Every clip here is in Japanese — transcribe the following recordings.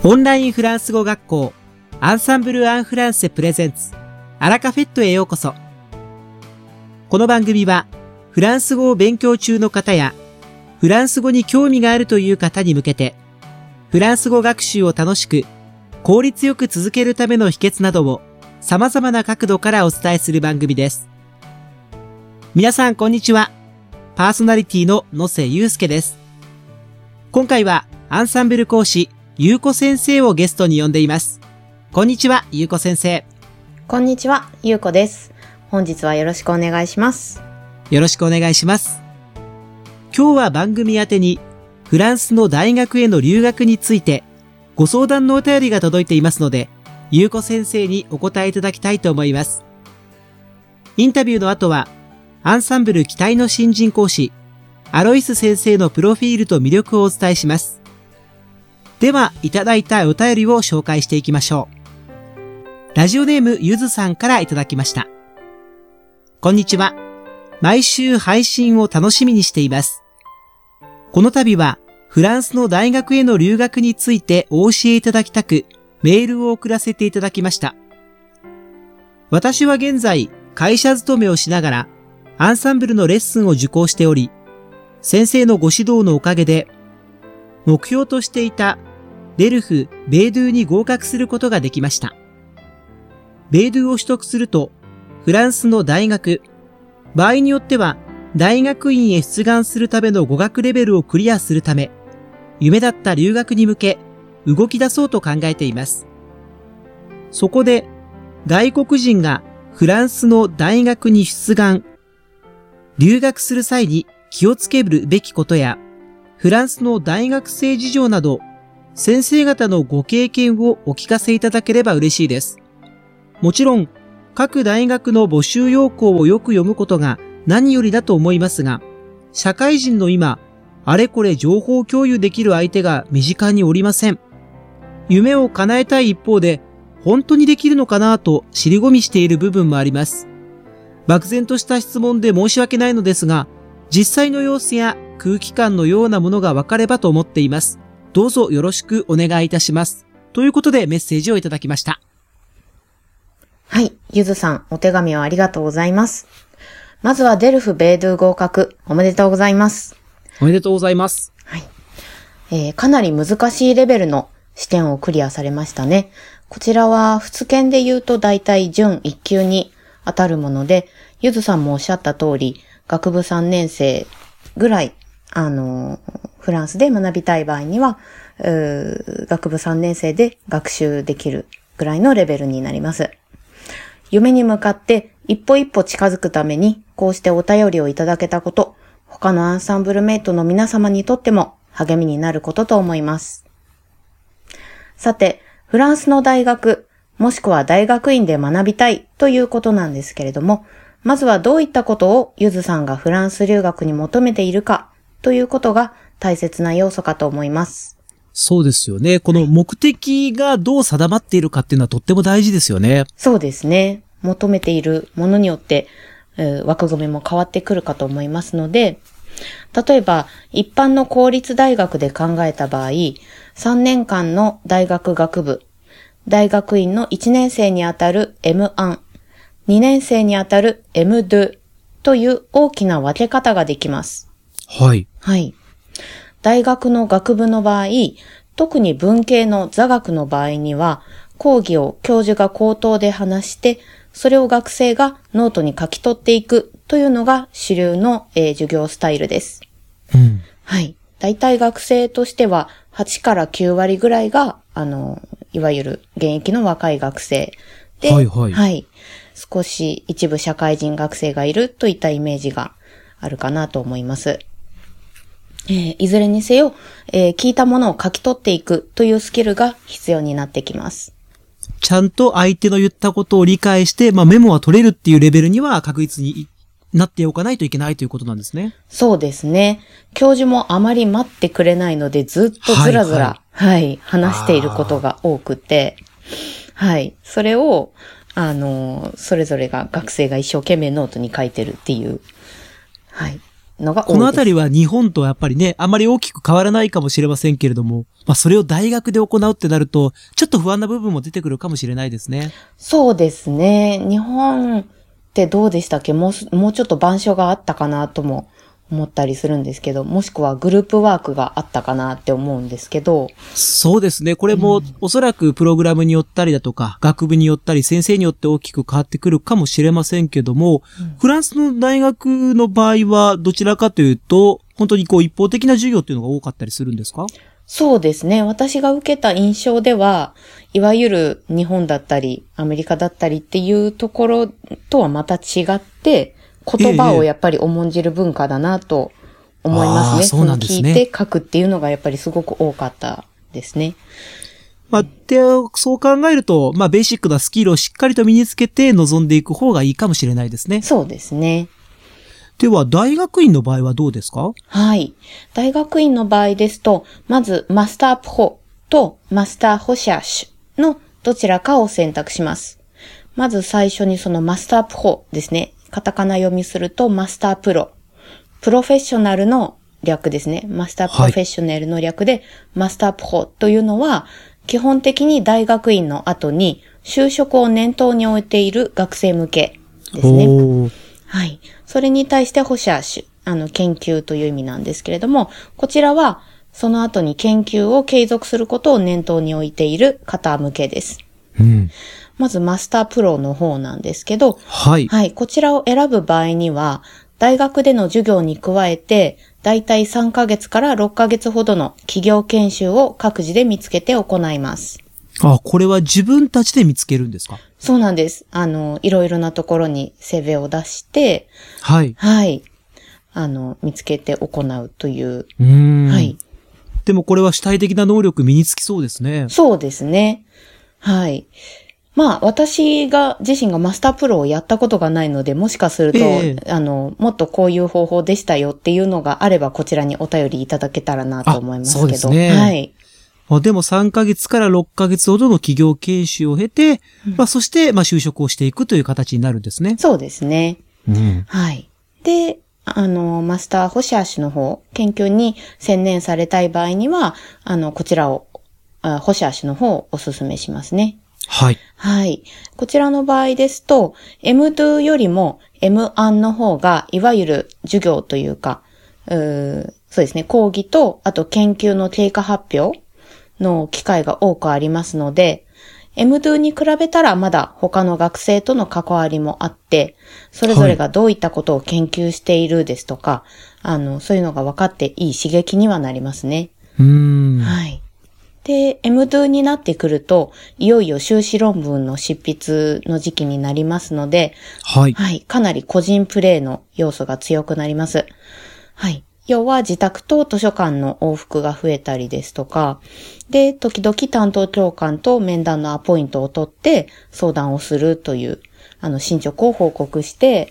オンラインフランス語学校アンサンブル・アン・フランセプレゼンツアラカフェットへようこそ。この番組はフランス語を勉強中の方やフランス語に興味があるという方に向けてフランス語学習を楽しく効率よく続けるための秘訣などを様々な角度からお伝えする番組です。皆さんこんにちは。パーソナリティの野瀬祐介です。今回はアンサンブル講師ゆうこ先生をゲストに呼んでいます。こんにちは、ゆうこ先生。 こんにちは、ゆうこです。本日はよろしくお願いします。 よろしくお願いします。今日は番組宛てにフランスの大学への留学についてご相談のお便りが届いていますので、ゆうこ先生にお答えいただきたいと思います。インタビューの後はアンサンブル期待の新人講師アロイス先生のプロフィールと魅力をお伝えします。では、いただいたお便りを紹介していきましょう。ラジオネームゆずさんからいただきました。こんにちは。毎週配信を楽しみにしています。この度はフランスの大学への留学についてお教えいただきたくメールを送らせていただきました。私は現在会社勤めをしながらアンサンブルのレッスンを受講しており、先生のご指導のおかげで目標としていたデルフ・ベードゥに合格することができました。ベードゥを取得すると、フランスの大学、場合によっては大学院へ出願するための語学レベルをクリアするため、夢だった留学に向け動き出そうと考えています。そこで、外国人がフランスの大学に出願、留学する際に気をつけるべきことや、フランスの大学生事情など、先生方のご経験をお聞かせいただければ嬉しいです。もちろん、各大学の募集要項をよく読むことが何よりだと思いますが、社会人の今、あれこれ情報共有できる相手が身近におりません。夢を叶えたい一方で、本当にできるのかなと尻込みしている部分もあります。漠然とした質問で申し訳ないのですが、実際の様子や空気感のようなものが分かればと思っています。どうぞよろしくお願いいたします。ということでメッセージをいただきました。 はい、ゆずさん、お手紙をありがとうございます。まずはデルフ・ベードゥ合格、おめでとうございます。 おめでとうございます。 はい。かなり難しいレベルの試験をクリアされましたね。こちらは、仏研で言うと大体準1級に当たるもので、ゆずさんもおっしゃった通り、学部3年生ぐらい、フランスで学びたい場合には、学部3年生で学習できるぐらいのレベルになります。夢に向かって一歩一歩近づくために、こうしてお便りをいただけたこと、他のアンサンブルメイトの皆様にとっても励みになることと思います。さて、フランスの大学、もしくは大学院で学びたいということなんですけれども、まずはどういったことをゆずさんがフランス留学に求めているかということが大切な要素かと思います。 そうですよね。この目的がどう定まっているかっていうのはとっても大事ですよね。 そうですね。求めているものによって、枠組みも変わってくるかと思いますので、例えば一般の公立大学で考えた場合、3年間の大学学部、大学院の1年生にあたる M1、2年生にあたる M2 という大きな分け方ができます。 はい。 はい。大学の学部の場合、特に文系の座学の場合には、講義を教授が口頭で話して、それを学生がノートに書き取っていくというのが主流の、授業スタイルです。 うん。 はい。だいたい学生としては8から9割ぐらいが、いわゆる現役の若い学生で、 はいはい。 はい。少し一部社会人学生がいるといったイメージがあるかなと思います。いずれにせよ、聞いたものを書き取っていくというスキルが必要になってきます。 ちゃんと相手の言ったことを理解して、メモは取れるっていうレベルには確実になっておかないといけないということなんですね。 そうですね。教授もあまり待ってくれないので、ずっとずらずら、はい、話していることが多くて、はい。それを、それぞれが学生が一生懸命ノートに書いてるっていう、はい。 のが多いです。 このあたりは日本とやっぱりね、あまり大きく変わらないかもしれませんけれども、それを大学で行うってなると、ちょっと不安な部分も出てくるかもしれないですね。 そうですね。日本ってどうでしたっけ？もうちょっと板書があったかなとも思ったりするんですけど、もしくはグループワークがあったかなって思うんですけど。 そうですね。これもおそらくプログラムによったりだとか、学部によったり、先生によって大きく変わってくるかもしれませんけども、フランスの大学の場合はどちらかというと、本当に一方的な授業っていうのが多かったりするんですか？ そうですね。私が受けた印象では、いわゆる日本だったり、アメリカだったりっていうところとはまた違って、言葉をやっぱり重んじる文化だなと思いますね。 そうなんですね。 聞いて書くっていうのがやっぱりすごく多かったですね。 そう考えると、ベーシックなスキルをしっかりと身につけて臨んでいく方がいいかもしれないですね。 そうですね。 では、大学院の場合はどうですか？ はい。大学院の場合ですと、まずマスタープホとマスターホシャーシュのどちらかを選択します。まず最初にそのマスタープホですね。カタカナ読みするとマスタープロ。プロフェッショナルの略ですね。マスタープロフェッショナルの略で、マスタープホというのは、基本的に大学院の後に就職を念頭に置いている学生向けですね。はい。それに対してホシャーシュ、研究という意味なんですけれども、こちらはその後に研究を継続することを念頭に置いている方向けです。まずマスタープロの方なんですけど、はい。こちらを選ぶ場合には、大学での授業に加えて、だいたい3ヶ月から6ヶ月ほどの企業研修を各自で見つけて行います。 これは自分たちで見つけるんですか？ そうなんです。いろいろなところにセベを出して、はい。見つけて行うという。はい。 でもこれは主体的な能力身につきそうですね。 そうですね。はい。私自身がマスタープロをやったことがないので、もしかすると、もっとこういう方法でしたよっていうのがあれば、こちらにお便りいただけたらなと思いますけど。そうですね。はい。 でも3ヶ月から6ヶ月ほどの企業研修を経て、そして、就職をしていくという形になるんですね。 そうですね。はい。で、マスターホシャーシュの方、研究に専念されたい場合には、こちらを、ホシャーシュの方をお勧めしますね。 はい。 はい。こちらの場合ですと、M2 よりも M1 の方が、いわゆる授業というか、そうですね、講義と、あと研究の経過発表の機会が多くありますので、M2 に比べたらまだ他の学生との関わりもあって、それぞれがどういったことを研究しているですとか、そういうのが分かっていい刺激にはなりますね。はい。で、M2 になってくると、いよいよ修士論文の執筆の時期になりますので、はい。はい。かなり個人プレイの要素が強くなります。はい。要は自宅と図書館の往復が増えたりですとか、で、時々担当教官と面談のアポイントを取って相談をするという、進捗を報告して、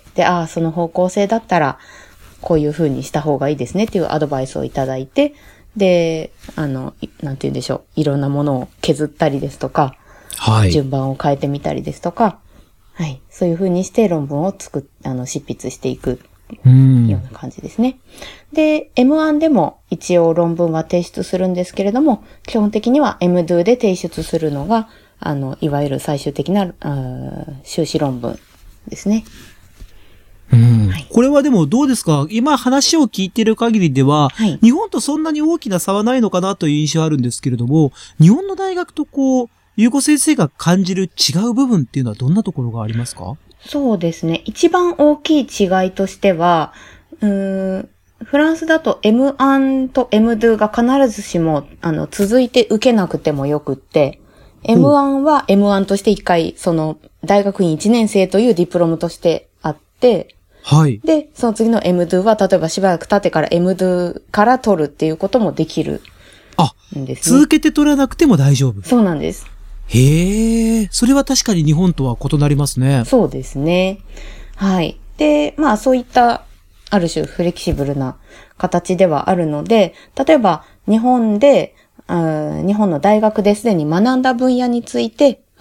で、その方向性だったら、こういう風にした方がいいですねっていうアドバイスをいただいて、で、なんて言うんでしょう。いろんなものを削ったりですとか、はい。順番を変えてみたりですとか、はい。そういう風にして論文を執筆していくような感じですね。で、M1 でも一応論文は提出するんですけれども、基本的には M2 で提出するのが、いわゆる最終的な修士論文ですね。 はい、これはでもどうですか？今話を聞いている限りでは、はい、日本とそんなに大きな差はないのかなという印象はあるんですけれども、日本の大学とゆうこ先生が感じる違う部分っていうのはどんなところがありますか？ そうですね。一番大きい違いとしては、フランスだと M1 と M2 が必ずしも、続いて受けなくてもよくって、M1 は M1 として一回、大学院1年生というディプロムとしてあって、はい。で、その次の M2 は、例えばしばらく経ってから M2 から取るっていうこともできるんですね。 続けて取らなくても大丈夫。 そうなんです。 へえ、それは確かに日本とは異なりますね。 そうですね。はい。で、そういった、ある種フレキシブルな形ではあるので、例えば日本の大学ですでに学んだ分野について、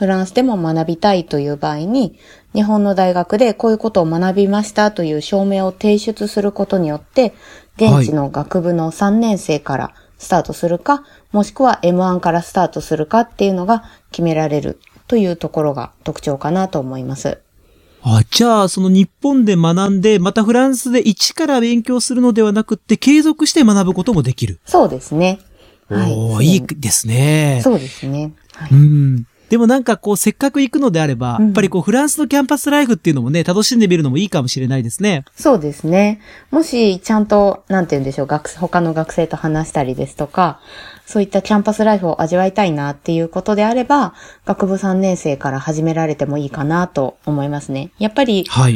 フランスでも学びたいという場合に、日本の大学でこういうことを学びましたという証明を提出することによって、現地の学部の3年生からスタートするか、もしくは M1 からスタートするかっていうのが決められるというところが特徴かなと思います。 じゃあ、その日本で学んで、またフランスで一から勉強するのではなくって、継続して学ぶこともできる。 そうですね。 はい。いいですね。 そうですね。はい。 でもなんかこう、せっかく行くのであれば、やっぱりこう、フランスのキャンパスライフっていうのもね、楽しんでみるのもいいかもしれないですね。 そうですね。もし、ちゃんと、なんて言うんでしょう、他の学生と話したりですとか、そういったキャンパスライフを味わいたいなっていうことであれば、学部3年生から始められてもいいかなと思いますね。やっぱり、はい、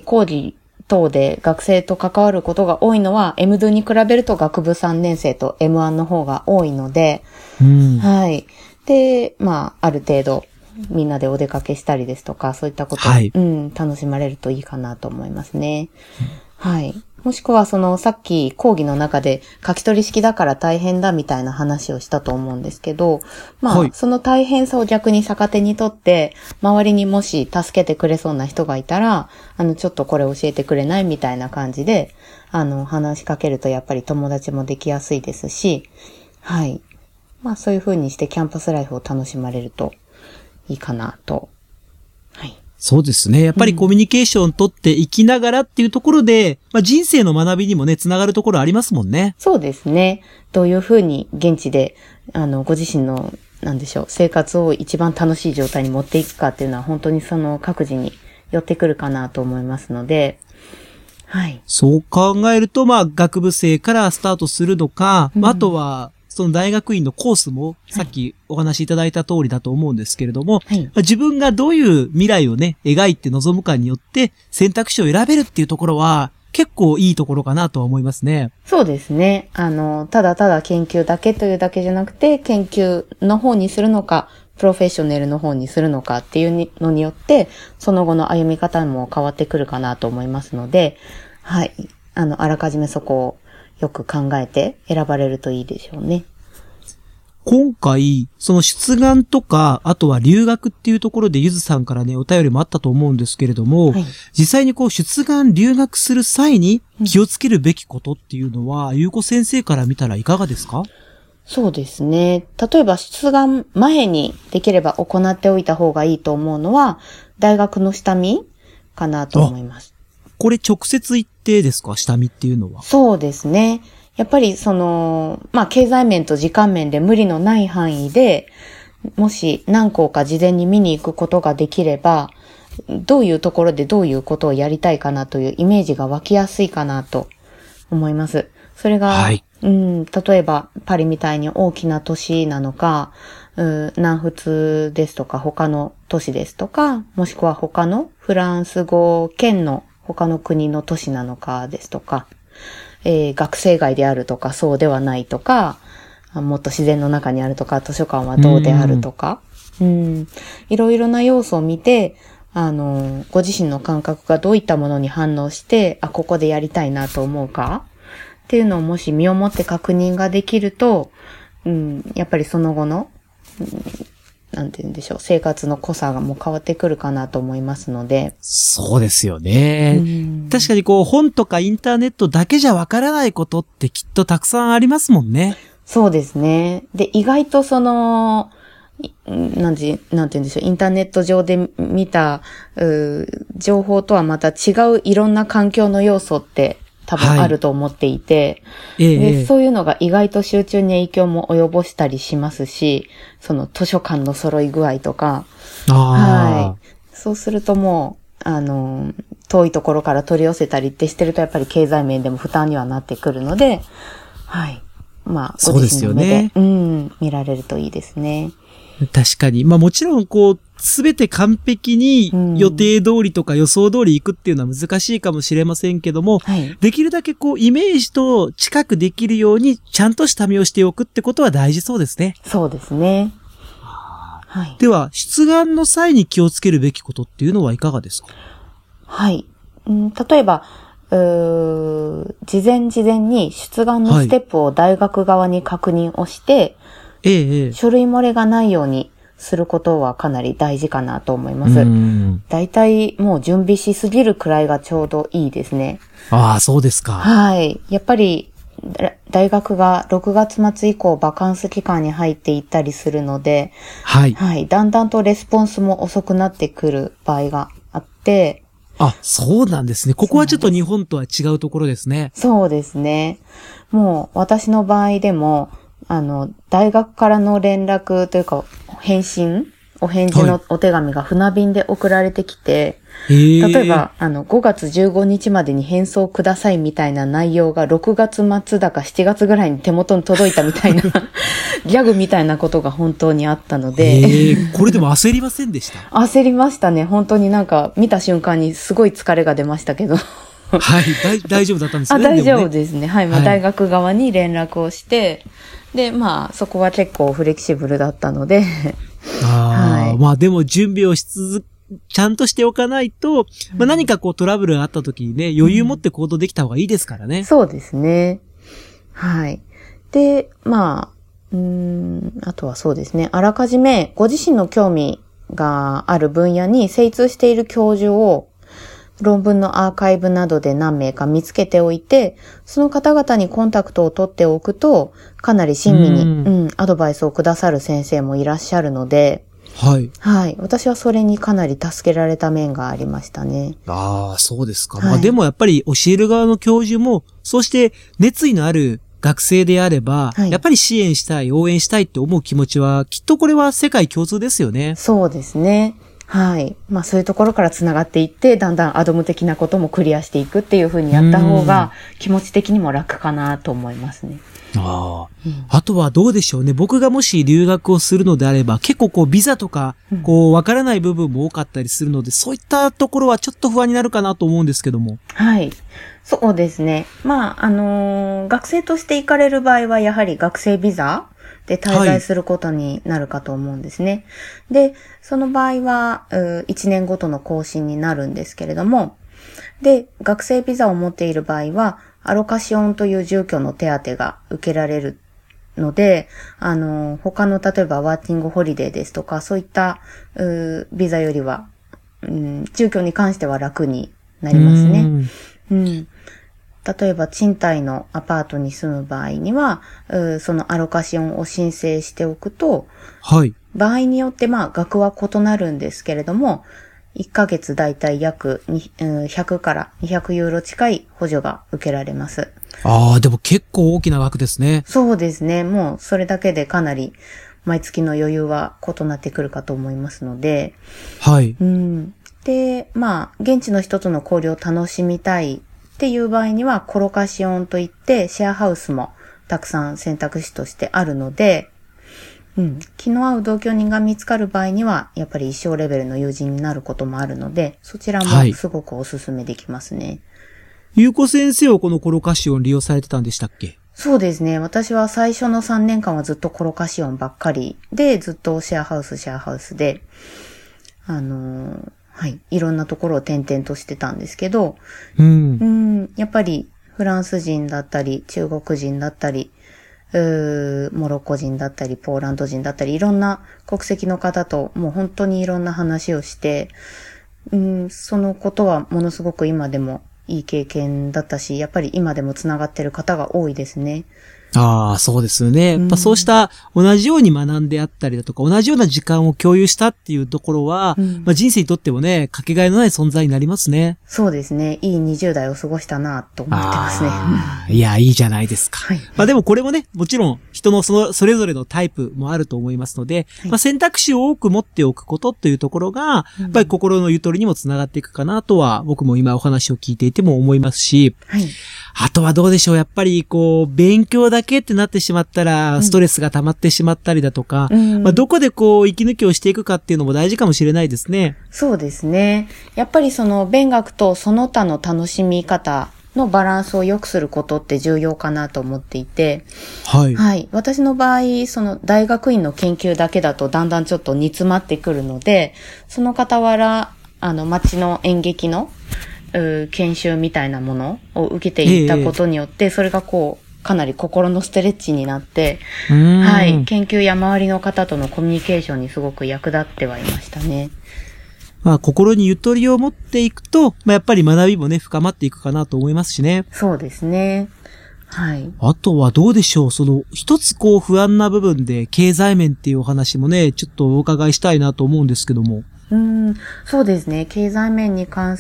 講義等で学生と関わることが多いのは、M2 に比べると学部3年生と M1 の方が多いので、はい。で、ある程度、みんなでお出かけしたりですとか、そういったことを、楽しまれるといいかなと思いますね。はい。もしくは、さっき講義の中で書き取り式だから大変だみたいな話をしたと思うんですけど、その大変さを逆に逆手にとって、周りにもし助けてくれそうな人がいたら、ちょっとこれ教えてくれないみたいな感じで、話しかけるとやっぱり友達もできやすいですし、はい。そういう風にしてキャンパスライフを楽しまれるといいかなと。はい。 そうですね。やっぱりコミュニケーションを取っていきながらっていうところで、人生の学びにもね、つながるところありますもんね。 そうですね。どういう風に現地で、ご自身の、なんでしょう、生活を一番楽しい状態に持っていくかっていうのは本当に各自に寄ってくるかなと思いますので、はい。 そう考えると、学部生からスタートするのか、あとは、その大学院のコースも、さっきお話しいただいた通りだと思うんですけれども、自分がどういう未来をね、描いて望むかによって選択肢を選べるっていうところは、結構いいところかなとは思いますね。 そうですね。ただただ研究だけというだけじゃなくて、研究の方にするのか、プロフェッショナルの方にするのかっていうのによって、その後の歩み方も変わってくるかなと思いますので、はい。あらかじめそこをよく考えて選ばれるといいでしょうね。 今回、その出願とか、あとは留学っていうところでゆずさんからね、お便りもあったと思うんですけれども、実際に出願留学する際に気をつけるべきことっていうのは、ゆうこ先生から見たらいかがですか？ そうですね。例えば出願前にできれば行っておいた方がいいと思うのは、大学の下見かなと思います。 これ直接行ってですか？下見っていうのは。 そうですね。やっぱり経済面と時間面で無理のない範囲で、もし何校か事前に見に行くことができれば、どういうところでどういうことをやりたいかなというイメージが湧きやすいかなと思います。それが、例えばパリみたいに大きな都市なのか、南仏ですとか他の都市ですとか、もしくは他のフランス語圏の他の国の都市なのかですとか、学生街であるとかそうではないとか、もっと自然の中にあるとか、図書館はどうであるとか、いろいろな要素を見て、ご自身の感覚がどういったものに反応して、ここでやりたいなと思うかっていうのをもし身をもって確認ができると、やっぱりその後の、なんて言うんでしょう、生活の濃さがもう変わってくるかなと思いますので。 そうですよね。確かに本とかインターネットだけじゃわからないことってきっとたくさんありますもんね。 そうですね。で、意外となんて言うんでしょう、インターネット上で見た、情報とはまた違ういろんな環境の要素って多分あると思っていて、でそういうのが意外と集中に影響も及ぼしたりしますし、その図書館の揃い具合とか、そうするともう、遠いところから取り寄せたりってしてるとやっぱり経済面でも負担にはなってくるので、ご自身の目で、見られるといいですね。 確かに。もちろんすべて完璧に予定通りとか予想通り行くっていうのは難しいかもしれませんけども、できるだけイメージと近くできるようにちゃんと下見をしておくってことは大事そうですね。 そうですね。 では、出願の際に気をつけるべきことっていうのはいかがですか？ はい。例えば、事前に出願のステップを大学側に確認をして、書類漏れがないようにすることはかなり大事かなと思います。だいたいもう準備しすぎるくらいがちょうどいいですね。 ああ、そうですか。 はい。やっぱり、大学が6月末以降バカンス期間に入っていったりするので、 はい。 はい。だんだんとレスポンスも遅くなってくる場合があって、 あ、そうなんですね。ここはちょっと日本とは違うところですね。 そうですね。もう私の場合でも、大学からの連絡というか、お返事のお手紙が船便で送られてきて、例えば、5月15日までに返送くださいみたいな内容が6月末だか7月ぐらいに手元に届いたみたいな、ギャグみたいなことが本当にあったので。 これでも焦りませんでした？ 焦りましたね。本当になんか見た瞬間にすごい疲れが出ましたけど。 はい、大丈夫だったんですね。 大丈夫ですね。はい、まあ、大学側に連絡をして、で、まあ、そこは結構フレキシブルだったので。 はい、まあ、でも準備をちゃんとしておかないと、まあ、何かこうトラブルがあった時にね、余裕持って行動できた方がいいですからね。 そうですね。はい。で、まあ、あとはそうですね。あらかじめご自身の興味がある分野に精通している教授を論文のアーカイブなどで何名か見つけておいて、その方々にコンタクトを取っておくと、かなり親身に、アドバイスをくださる先生もいらっしゃるので、 はい。 はい。私はそれにかなり助けられた面がありましたね。 ああ、そうですか。はい、まあでもやっぱり教える側の教授も、そして熱意のある学生であれば、はい、やっぱり支援したい、応援したいって思う気持ちは、きっとこれは世界共通ですよね。 そうですね。はい。まあそういうところから繋がっていって、だんだんアドム的なこともクリアしていくっていう風にやった方が気持ち的にも楽かなと思いますね。 あとはどうでしょうね。僕がもし留学をするのであれば、結構こうビザとか、こうわからない部分も多かったりするので、そういったところはちょっと不安になるかなと思うんですけども。 はい。そうですね。まあ、学生として行かれる場合は、やはり学生ビザで滞在することになるかと思うんですね。はい、で、その場合は、1年ごとの更新になるんですけれども、で、学生ビザを持っている場合は、アロカシオンという住居の手当が受けられるので、他の例えばワーキングホリデーですとか、そういったビザよりは、住居に関しては楽になりますね。例えば賃貸のアパートに住む場合には、そのアロカシオンを申請しておくと、 はい。 場合によってまあ額は異なるんですけれども、1ヶ月だいたい約100から200ユーロ近い補助が受けられます。 ああ、でも結構大きな額ですね。 そうですね。もうそれだけでかなり毎月の余裕は異なってくるかと思いますので。 はい。 で、まあ、現地の人との交流を楽しみたいっていう場合には、コロカシオンといってシェアハウスもたくさん選択肢としてあるので、気の合う同居人が見つかる場合には、やっぱり一生レベルの友人になることもあるので、そちらもすごくお勧めできますね。 ゆうこ先生はこのコロカシオン利用されてたんでしたっけ？ そうですね。私は最初の3年間はずっとコロカシオンばっかりで、ずっとシェアハウスで、はい、いろんなところを転々としてたんですけど、やっぱりフランス人だったり、中国人だったり、モロッコ人だったり、ポーランド人だったり、いろんな国籍の方ともう本当にいろんな話をして、そのことはものすごく今でもいい経験だったし、やっぱり今でもつながってる方が多いですね。 ああ、そうですよね。やっぱそうした同じように学んであったりだとか、同じような時間を共有したっていうところは、まあ人生にとってもね、かけがえのない存在になりますね。 そうですね。いい20代を過ごしたなと思ってますね。 いや、いいじゃないですか。 はい、 まあでもこれもね、もちろん人のそれぞれのタイプもあると思いますので、まあ選択肢を多く持っておくことというところが、やっぱり心のゆとりにもつながっていくかなとは、僕も今お話を聞いていても思いますし、あとはどうでしょう。やっぱり勉強だけってなってしまったら、ストレスが溜まってしまったりだとか、まあどこで息抜きをしていくかっていうのも大事かもしれないですね。 そうですね。やっぱり勉学とその他の楽しみ方のバランスを良くすることって重要かなと思っていて、はい。私の場合、大学院の研究だけだとだんだんちょっと煮詰まってくるので、その傍ら、町の演劇の研修みたいなものを受けていったことによって、それがかなり心のストレッチになって、 ははい、研究や周りの方とのコミュニケーションにすごく役立ってはいましたね。 まあ、心にゆとりを持っていくと、まあ、やっぱり学びもね、深まっていくかなと思いますしね。 そうですね。はい。 あとはどうでしょう、一つ不安な部分で、経済面っていうお話もね、ちょっとお伺いしたいなと思うんですけども。 そうですね。経済面に関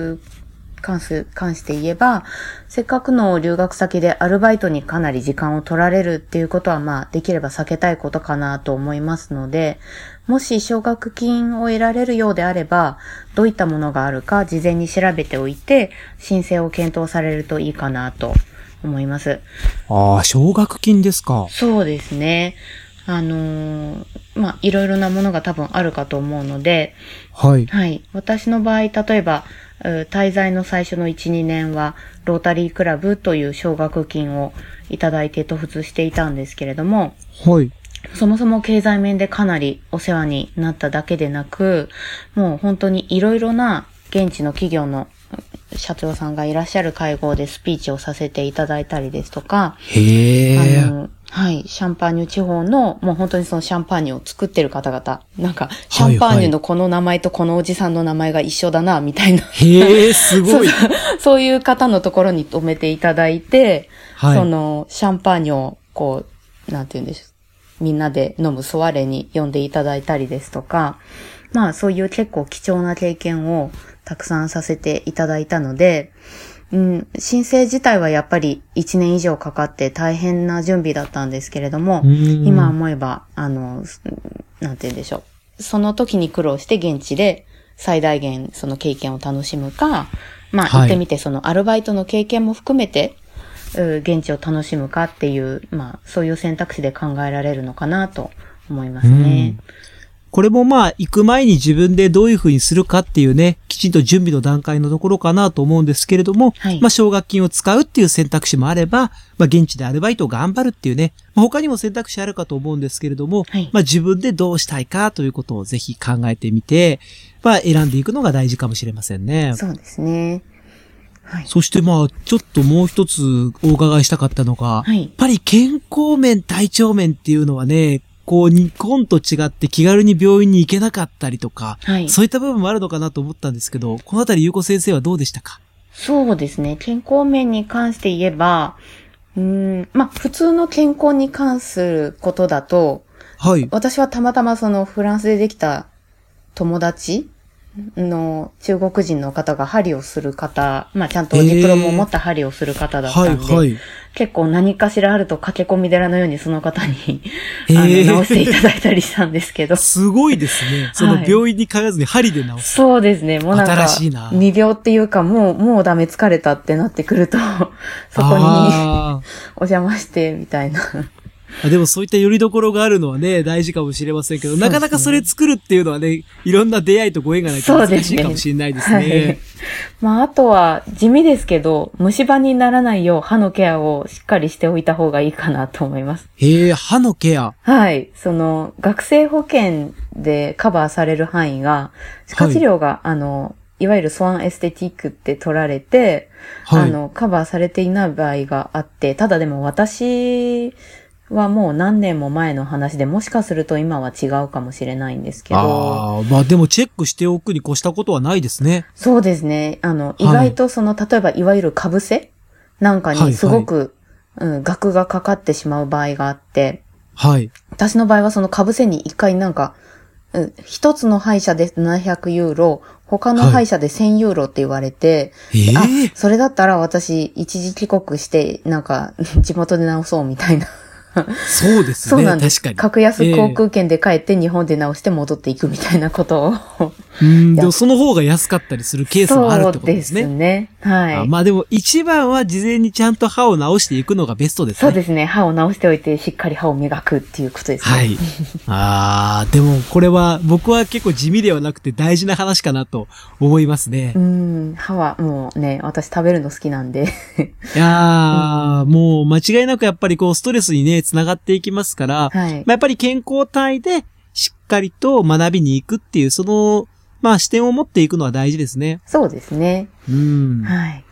して言えば、せっかくの留学先でアルバイトにかなり時間を取られるっていうことは、まあ、できれば避けたいことかなと思いますので、もし奨学金を得られるようであれば、どういったものがあるか事前に調べておいて、申請を検討されるといいかなと思います。 ああ、奨学金ですか。 そうですね。まあ、いろいろなものが多分あるかと思うので、 はい。 はい。私の場合、例えば、滞在の最初の1、2年は、ロータリークラブという奨学金をいただいて渡仏していたんですけれども、 はい。 そもそも経済面でかなりお世話になっただけでなく、もう本当にいろいろな現地の企業の社長さんがいらっしゃる会合でスピーチをさせていただいたりですとか、 へー。 はい、シャンパーニュ地方の、もう本当にそのシャンパーニュを作ってる方々、なんか、シャンパーニュのこの名前とこのおじさんの名前が一緒だな、みたいな。 へー、すごい。 そういう方のところに泊めていただいて、 はい、 その、シャンパーニュを、なんて言うんでしょう。みんなで飲むソワレに呼んでいただいたりですとか、まあそういう結構貴重な経験をたくさんさせていただいたので、申請自体はやっぱり1年以上かかって大変な準備だったんですけれども、今思えば、なんて言うんでしょう。その時に苦労して現地で最大限その経験を楽しむか、まあ行ってみてそのアルバイトの経験も含めて、現地を楽しむかっていう、まあそういう選択肢で考えられるのかなと思いますね。 これもまあ、行く前に自分でどういうふうにするかっていうね、きちんと準備の段階のところかなと思うんですけれども、はい、まあ、奨学金を使うっていう選択肢もあれば、まあ、現地でアルバイトを頑張るっていうね、まあ、他にも選択肢あるかと思うんですけれども、はい、まあ、自分でどうしたいかということをぜひ考えてみて、まあ、選んでいくのが大事かもしれませんね。 そうですね。はい、 そしてまあ、ちょっともう一つお伺いしたかったのが、はい、やっぱり健康面、体調面っていうのはね、日本と違って気軽に病院に行けなかったりとか、はい、そういった部分もあるのかなと思ったんですけど、このあたりゆうこ先生はどうでしたか？ そうですね。健康面に関して言えば、まあ、普通の健康に関することだと、はい。私はたまたまそのフランスでできた友達の中国人の方が針をする方、まあちゃんとディプロムを持った針をする方だったんで、はいはい、結構何かしらあると駆け込み寺のようにその方に直していただいたりしたんですけど。 すごいですね。その病院に通わずに針で直す。 そうですね。もうなんか、 新しいな。 未病っていうかもうダメ疲れたってなってくると、そこにお邪魔してみたいな。 でもそういった拠り所があるのはね、大事かもしれませんけど、なかなかそれ作るっていうのはね、いろんな出会いとご縁がないと難しいかもしれないですね。はい、 まあ、あとは地味ですけど、虫歯にならないよう歯のケアをしっかりしておいた方がいいかなと思います。 へえ、歯のケア。 はい。学生保険でカバーされる範囲が、歯科治療が、いわゆるソアンエステティックって取られて、はい、カバーされていない場合があって、ただでも私、はもう何年も前の話で、もしかすると今は違うかもしれないんですけど。 まあでもチェックしておくに越したことはないですね。 そうですね。意外と例えばいわゆる被せなんかにすごく、額がかかってしまう場合があって。はい。私の場合はその被せに一回なんか、一つの歯医者で700ユーロ、他の歯医者で1000ユーロって言われて、それだったら私一時帰国して、なんか地元で直そうみたいな。 そうですね。そうなんです。確かに。 格安航空券で帰って日本で直して戻っていくみたいなことを。 でもその方が安かったりするケースもあるってことですね。 そうですね。はい。 まあでも一番は事前にちゃんと歯を直していくのがベストですね。 そうですね。歯を直しておいてしっかり歯を磨くっていうことですね。 はい。でもこれは僕は結構地味ではなくて大事な話かなと思いますね。 歯はもうね、私食べるの好きなんで。 いやー、もう間違いなくやっぱりストレスにね、つながっていきますから、はい、やっぱり健康体でしっかりと学びに行くっていう、まあ視点を持っていくのは大事ですね。 そうですね。はい。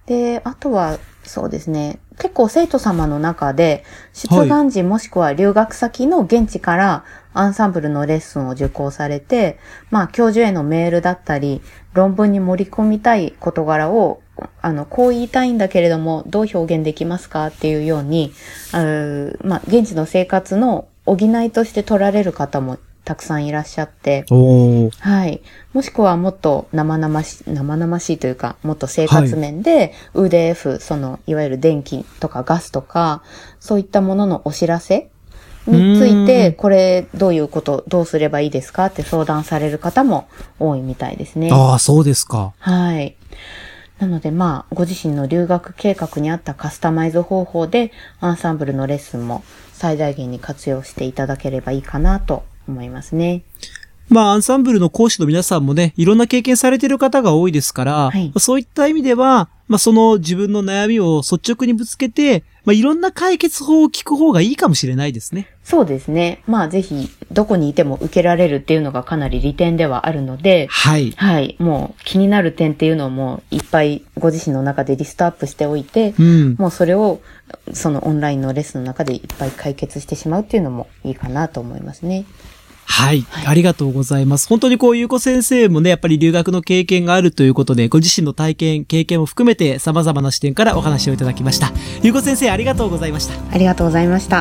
で、あとは、そうですね。結構生徒様の中で、出願時もしくは留学先の現地からアンサンブルのレッスンを受講されて、教授へのメールだったり、論文に盛り込みたい事柄を、こう言いたいんだけれども、どう表現できますかっていうように、現地の生活の補いとして取られる方もたくさんいらっしゃって、はい。もしくはもっと生々しいというか、もっと生活面で、UDF、いわゆる電気とかガスとか、そういったもののお知らせについて、これどういうこと、どうすればいいですかって相談される方も多いみたいですね。 ああ、そうですか。 はい。なのでご自身の留学計画に合ったカスタマイズ方法で、アンサンブルのレッスンも最大限に活用していただければいいかなと思いますね。 アンサンブルの講師の皆さんもね、いろんな経験されている方が多いですから、はい、そういった意味では、その自分の悩みを率直にぶつけて、いろんな解決法を聞く方がいいかもしれないですね。 そうですね。ぜひ、どこにいても受けられるっていうのがかなり利点ではあるので、 はい。 はい。もう気になる点っていうのをもういっぱいご自身の中でリストアップしておいて、もうそれをそのオンラインのレッスンの中でいっぱい解決してしまうっていうのもいいかなと思いますね。 はい。ありがとうございます。本当にゆうこ先生もね、やっぱり留学の経験があるということで、ご自身の経験を含めて様々な視点からお話をいただきました。ゆうこ先生、ありがとうございました。 ありがとうございました。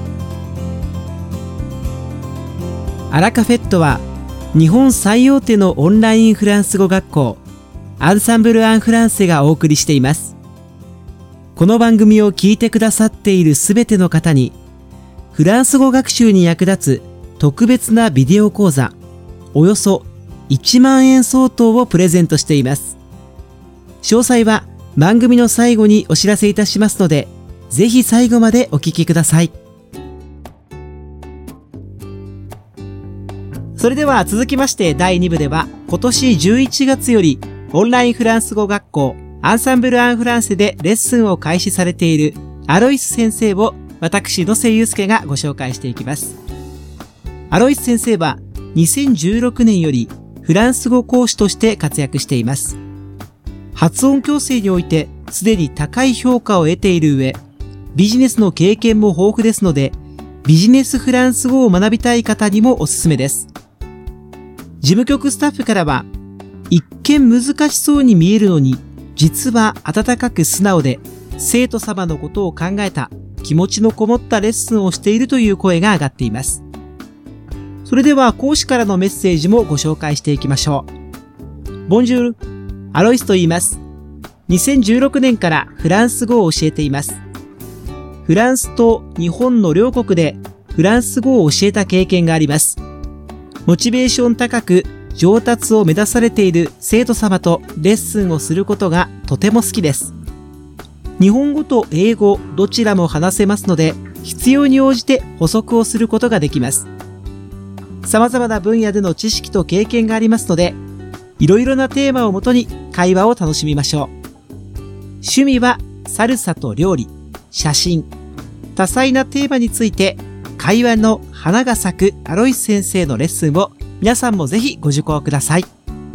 アラカフェットは、日本最大手のオンラインフランス語学校、アンサンブル・アン・フランセがお送りしています。この番組を聞いてくださっているすべての方に、フランス語学習に役立つ特別なビデオ講座、およそ1万円相当をプレゼントしています。詳細は番組の最後にお知らせいたしますので、ぜひ最後までお聞きください。それでは続きまして第2部では、今年11月よりオンラインフランス語学校アンサンブル・アン・フランセでレッスンを開始されているアロイス先生を私野瀬祐介がご紹介していきます。アロイス先生は2016年よりフランス語講師として活躍しています。発音矯正においてすでに高い評価を得ている上、ビジネスの経験も豊富ですので、ビジネスフランス語を学びたい方にもおすすめです。事務局スタッフからは、一見難しそうに見えるのに、実は温かく素直で、生徒様のことを考えた気持ちのこもったレッスンをしているという声が上がっています。それでは講師からのメッセージもご紹介していきましょう。ボンジュール、アロイスと言います。2016年からフランス語を教えています。フランスと日本の両国でフランス語を教えた経験があります。モチベーション高く上達を目指されている生徒様とレッスンをすることがとても好きです。日本語と英語どちらも話せますので、必要に応じて補足をすることができます。様々な分野での知識と経験がありますので、いろいろなテーマをもとに会話を楽しみましょう。趣味はサルサと料理、写真、多彩なテーマについて会話の花が咲くアロイス先生のレッスンを皆さんもぜひご受講ください。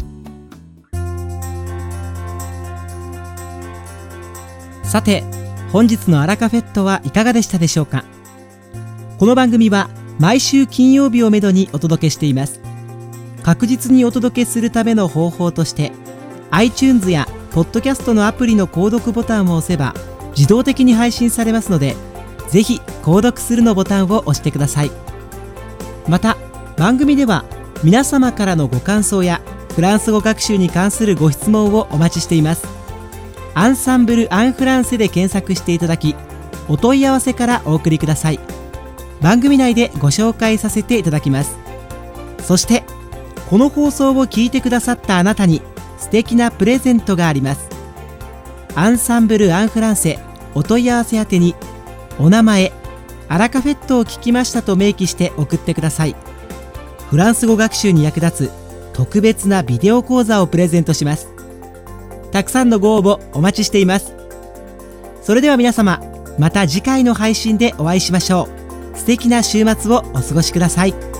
さて、本日のアラカフェットはいかがでしたでしょうか。この番組は毎週金曜日をめどにお届けしています。確実にお届けするための方法として、iTunes やポッドキャストのアプリの購読ボタンを押せば自動的に配信されますので、ぜひ購読するのボタンを押してください。また、番組では皆様からのご感想やフランス語学習に関するご質問をお待ちしています。アンサンブル・アン・フランセで検索していただき、お問い合わせからお送りください。番組内でご紹介させていただきます。そして、この放送を聞いてくださったあなたに素敵なプレゼントがあります。アンサンブル・アン・フランセお問い合わせ宛てに、お名前、アラカフェットを聞きましたと明記して送ってください。フランス語学習に役立つ特別なビデオ講座をプレゼントします。たくさんのご応募お待ちしています。それでは皆様、また次回の配信でお会いしましょう。素敵な週末をお過ごしください。